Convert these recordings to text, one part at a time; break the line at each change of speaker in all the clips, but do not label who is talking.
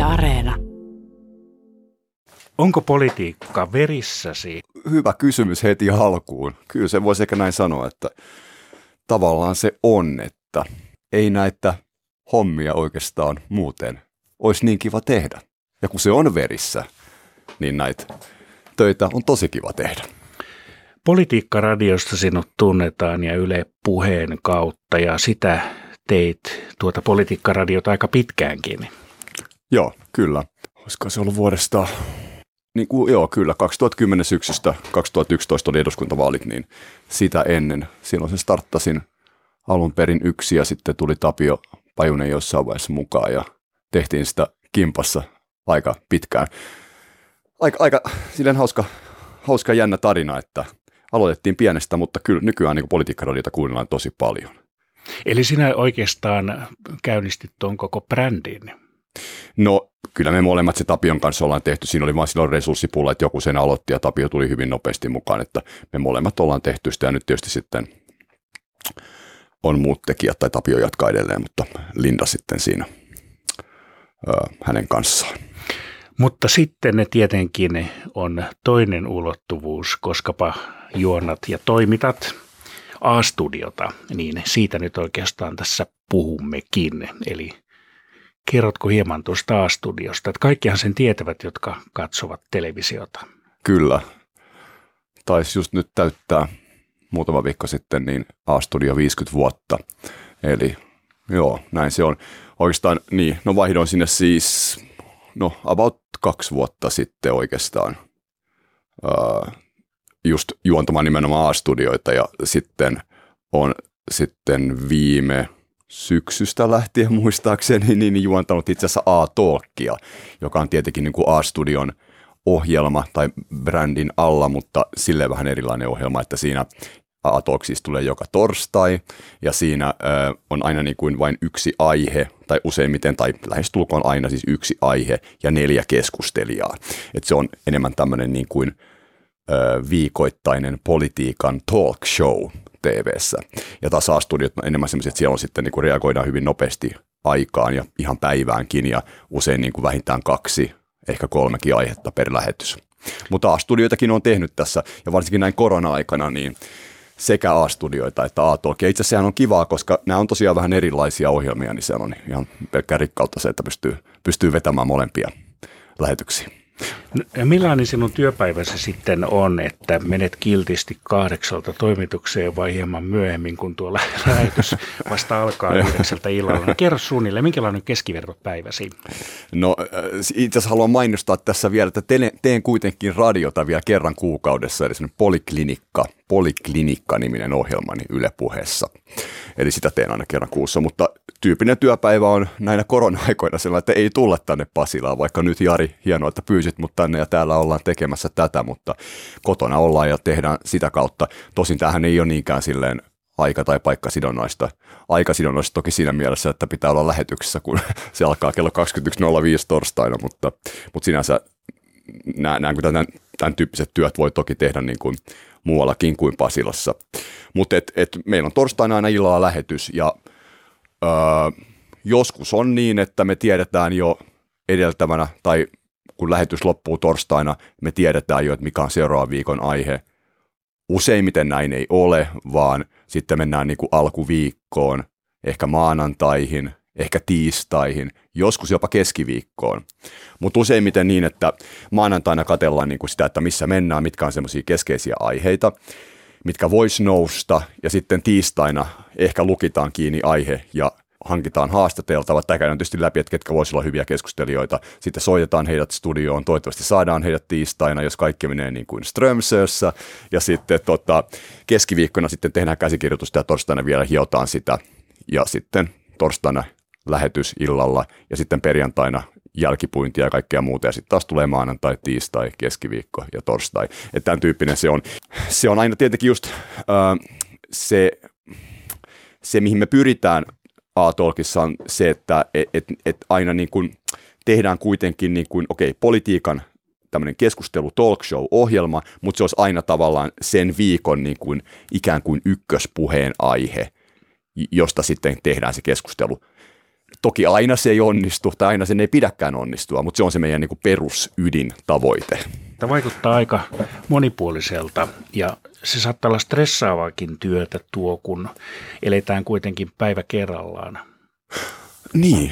Areena.
Onko politiikka verissäsi?
Hyvä kysymys heti alkuun. Kyllä se voisi ehkä näin sanoa, että tavallaan se on, että ei näitä hommia oikeastaan muuten olisi niin kiva tehdä. Ja kun se on verissä, niin näitä töitä on tosi kiva tehdä.
Politiikkaradiosta sinut tunnetaan ja Yle Puheen kautta ja sitä teit tuota politiikkaradiota aika pitkäänkin.
Joo, kyllä. Olisiko se ollut vuodesta, kyllä, 2010 syksystä, 2011 oli eduskuntavaalit, niin sitä ennen. Silloin sen starttasin alun perin yksi ja sitten tuli Tapio Pajunen jossain vaiheessa mukaan ja tehtiin sitä kimpassa aika pitkään. Aika silleen hauska jännä tarina, että aloitettiin pienestä, mutta kyllä nykyään niin politiikkaradiota kuunnellaan tosi paljon.
Eli sinä oikeastaan käynnistit tuon koko brändin?
No kyllä me molemmat se Tapion kanssa ollaan tehty. Siinä oli vaan silloin resurssipulla, että joku sen aloitti ja Tapio tuli hyvin nopeasti mukaan, että me molemmat ollaan tehty sitä ja nyt tietysti sitten on muut tekijät tai Tapio jatkaa edelleen, mutta Linda sitten siinä hänen kanssaan.
Mutta sitten ne tietenkin on toinen ulottuvuus, koskapa juonat ja toimitat A-studiota, niin siitä nyt oikeastaan tässä puhummekin. Eli kerrotko hieman tuosta A-studiosta, että kaikkihan sen tietävät, jotka katsovat televisiota.
Kyllä. Taisi just nyt täyttää muutama viikko sitten niin A-studio 50 vuotta. Eli joo, näin se on. Oikeastaan niin, no vaihdoin sinne siis about 2 vuotta sitten oikeastaan just juontamaan nimenomaan A-studioita ja sitten on sitten viime syksystä lähtien muistaakseni niin juontanut itse asiassa A-talkia, joka on tietenkin niin kuin A-studion ohjelma tai brändin alla, mutta silleen vähän erilainen ohjelma, että siinä A-talk siis tulee joka torstai ja siinä on aina niin kuin vain yksi aihe tai useimmiten tai lähestulkoon aina siis yksi aihe ja 4 keskustelijaa. Että se on enemmän tämmöinen niin kuin viikoittainen politiikan talk show TV:ssä. Ja taas A-studiot on enemmän semmoisia, että siellä on sitten niin kuin reagoidaan hyvin nopeasti aikaan ja ihan päiväänkin ja usein niin kuin vähintään 2, ehkä 3 aihetta per lähetys. Mutta A-studioitakin on tehnyt tässä ja varsinkin näin korona-aikana niin sekä A-studioita että A-talk. Ja itse asiassa sehän on kivaa, koska nämä on tosiaan vähän erilaisia ohjelmia, niin se on ihan pelkkää rikkautta se, että pystyy vetämään molempia lähetyksiä.
No, millainen sinun työpäiväsi sitten on, että menet kiltisti 8 toimitukseen vai hieman myöhemmin, kun tuo lähetys vasta alkaa 9 illalla? No, kerro suunnilleen, minkälainen on keskivertopäiväsi?
No itse asiassa haluan mainostaa tässä vielä, että teen kuitenkin radiota vielä kerran kuukaudessa, eli semmoinen Poliklinikka-niminen ohjelmani Yle Puheessa. Eli sitä teen aina kerran kuussa, mutta tyypillinen työpäivä on näinä korona-aikoina sellainen, että ei tulla tänne Pasilaan, vaikka nyt Jari, hienoa, että pyysit mut tänne ja täällä ollaan tekemässä tätä, mutta kotona ollaan ja tehdään sitä kautta. Tosin tämähän ei ole niinkään silleen aika- tai paikkasidonnaista. Aikasidonnaista toki siinä mielessä, että pitää olla lähetyksessä, kun se alkaa kello 21.05 torstaina, mutta sinänsä tämän tyyppiset työt voi toki tehdä niin kuin muuallakin kuin Pasilassa. Mutta meillä on torstaina aina illalla lähetys ja joskus on niin, että me tiedetään jo edeltävänä tai kun lähetys loppuu torstaina, me tiedetään jo, että mikä on seuraavan viikon aihe. Useimmiten näin ei ole, vaan sitten mennään niin kuin alkuviikkoon, ehkä maanantaihin, ehkä tiistaihin, joskus jopa keskiviikkoon. Mutta useimmiten niin, että maanantaina katsellaan niin kuin sitä, että missä mennään, mitkä on semmoisia keskeisiä aiheita, mitkä voisi nousta, ja sitten tiistaina ehkä lukitaan kiinni aihe ja hankitaan haastateltavat, tai käydään tietysti läpi, että ketkä voisivat olla hyviä keskustelijoita. Sitten soitetaan heidät studioon, toivottavasti saadaan heidät tiistaina, jos kaikki menee niin kuin Strömsössä. Ja sitten keskiviikkona sitten tehdään käsikirjoitusta ja torstaina vielä hiotaan sitä. Ja sitten torstaina lähetys illalla ja sitten perjantaina jälkipuintia ja kaikkea muuta. Ja sitten taas tulee maanantai, tiistai, keskiviikko ja torstai. Että tämän tyyppinen se on. Se on aina tietenkin just se mihin me pyritään A-talkissa on se, että aina niin kuin tehdään kuitenkin niin kuin, politiikan tämmöinen keskustelu talk show-ohjelma, mutta se olisi aina tavallaan sen viikon niin kuin ikään kuin ykköspuheen aihe, josta sitten tehdään se keskustelu. Toki aina se ei onnistu, tai aina sen ei pidäkään onnistua, mutta se on se meidän niin kuin perusydintavoite.
Tämä vaikuttaa aika monipuoliselta ja se saattaa olla stressaavaakin työtä tuo, kun eletään kuitenkin päivä kerrallaan.
Niin,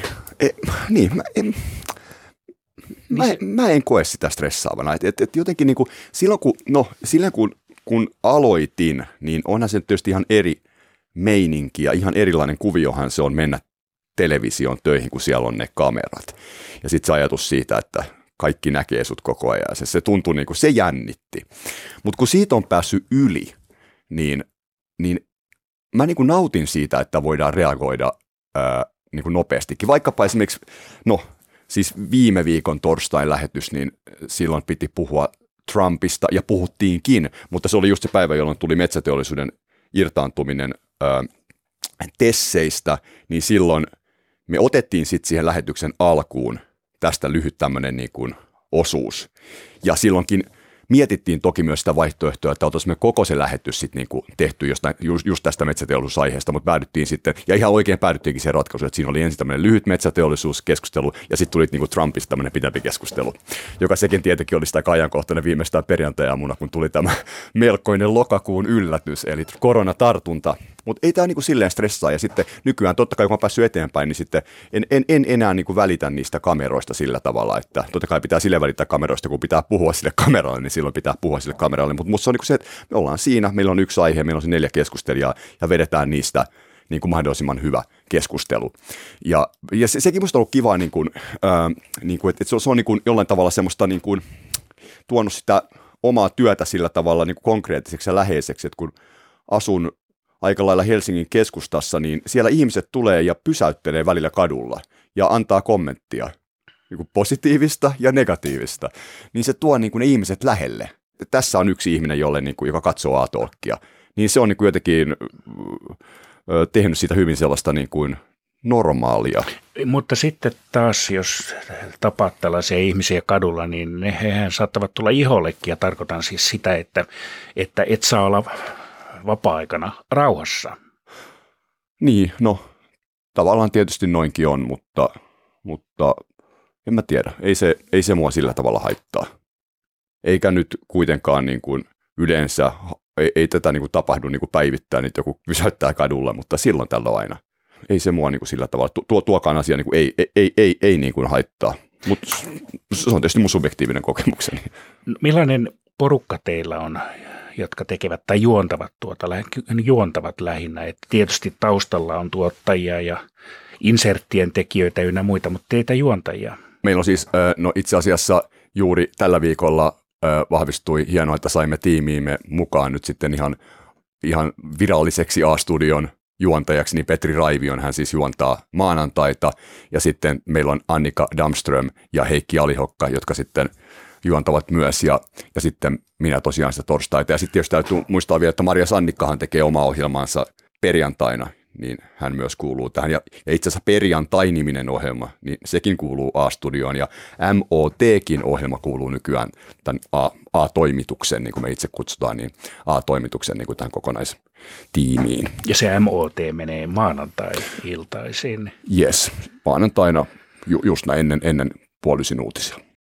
mä en koe sitä stressaavana. Et jotenkin niin kuin, silloin kun aloitin, niin onhan se tietysti ihan eri meininki ja ihan erilainen kuviohan se on mennä televisioon töihin, kun siellä on ne kamerat. Ja sitten se ajatus siitä, että kaikki näkee sut koko ajan. Se tuntui niin kuin, se jännitti. Mutta kun siitä on päässyt yli, niin mä niin kuin nautin siitä, että voidaan reagoida niin kuin nopeastikin. Vaikkapa esimerkiksi, siis viime viikon torstain lähetys, niin silloin piti puhua Trumpista ja puhuttiinkin, mutta se oli just se päivä, jolloin tuli metsäteollisuuden irtaantuminen tesseistä, niin silloin me otettiin sitten siihen lähetyksen alkuun tästä lyhyt tämmöinen niin kuin osuus. Ja silloinkin mietittiin toki myös sitä vaihtoehtoa, että oltaisiin koko se lähetys sitten niin kuin tehty just tästä metsäteollisuusaiheesta, mutta päädyttiin sitten, ja ihan oikein päädyttiinkin se ratkaisu, että siinä oli ensin tämmöinen lyhyt metsäteollisuuskeskustelu, ja sitten tuli niin kuin Trumpista tämmöinen pitempi keskustelu, joka sekin tietenkin oli sitä ajankohtainen viimeistään perjantai-aamuna, kun tuli tämä melkoinen lokakuun yllätys, eli koronatartunta. Mutta ei tämä niinku silleen stressaa, ja sitten nykyään totta kai kun on päässyt eteenpäin, niin sitten en enää niinku välitä niistä kameroista sillä tavalla, että totta kai pitää sille välittää kameroista, kun pitää puhua sille kameralle, niin silloin pitää puhua sille kameralle, mutta musta se on niinku se, että me ollaan siinä, meillä on yksi aihe, meillä on se 4 keskustelijaa, ja vedetään niistä niin kuin mahdollisimman hyvä keskustelu. Ja sekin musta on ollut kiva, että se on niin kuin jollain tavalla semmoista niin kuin tuonut sitä omaa työtä sillä tavalla niin kuin konkreettiseksi ja läheiseksi, että kun asun aika lailla Helsingin keskustassa, niin siellä ihmiset tulee ja pysäyttelee välillä kadulla ja antaa kommenttia, niin kuin positiivista ja negatiivista, niin se tuo niin kuin ne ihmiset lähelle. Tässä on yksi ihminen, joka katsoo A-talkia, niin se on niin kuin jotenkin tehnyt siitä hyvin sellaista niin kuin normaalia.
Mutta sitten taas, jos tapaat tällaisia ihmisiä kadulla, niin hehän saattavat tulla ihollekin, ja tarkoitan siis sitä, että et saa olla vapaa-aikana rauhassa.
Niin, tavallaan tietysti noinkin on, mutta en mä tiedä, ei se mua sillä tavalla haittaa. Eikä nyt kuitenkaan niin kuin yleensä, ei tätä niin kuin tapahdu niin kuin päivittäin, että joku pysäyttää kadulla, mutta silloin tällä aina. Ei se mua niin kuin sillä tavalla, tuokaan asia niin kuin ei niin kuin haittaa, mutta se on tietysti mun subjektiivinen kokemukseni.
Millainen porukka teillä on, jotka tekevät tai juontavat lähinnä? Että tietysti taustalla on tuottajia ja inserttien tekijöitä ynnä muita, mutta teitä juontajia.
Meillä on siis, itse asiassa juuri tällä viikolla vahvistui hienoa, että saimme tiimiimme mukaan nyt sitten ihan viralliseksi A-studion juontajaksi, niin Petri Raivion, hän siis juontaa maanantaita, ja sitten meillä on Annika Damström ja Heikki Alihokka, jotka sitten juontavat myös, ja sitten minä tosiaan sitä torstaita. Ja sitten jos täytyy muistaa vielä, että Maria Sannikkahan tekee omaa ohjelmaansa perjantaina, niin hän myös kuuluu tähän. Ja itse asiassa Perjantai-niminen ohjelma, niin sekin kuuluu A-studioon, ja MOTkin ohjelma kuuluu nykyään tämän A-toimituksen, niin kuin me itse kutsutaan, niin A-toimituksen niin kuin tämän kokonaistiimiin.
Ja se MOT menee maanantai-iltaisin.
Yes, maanantaina just ennen puolisin uutisia.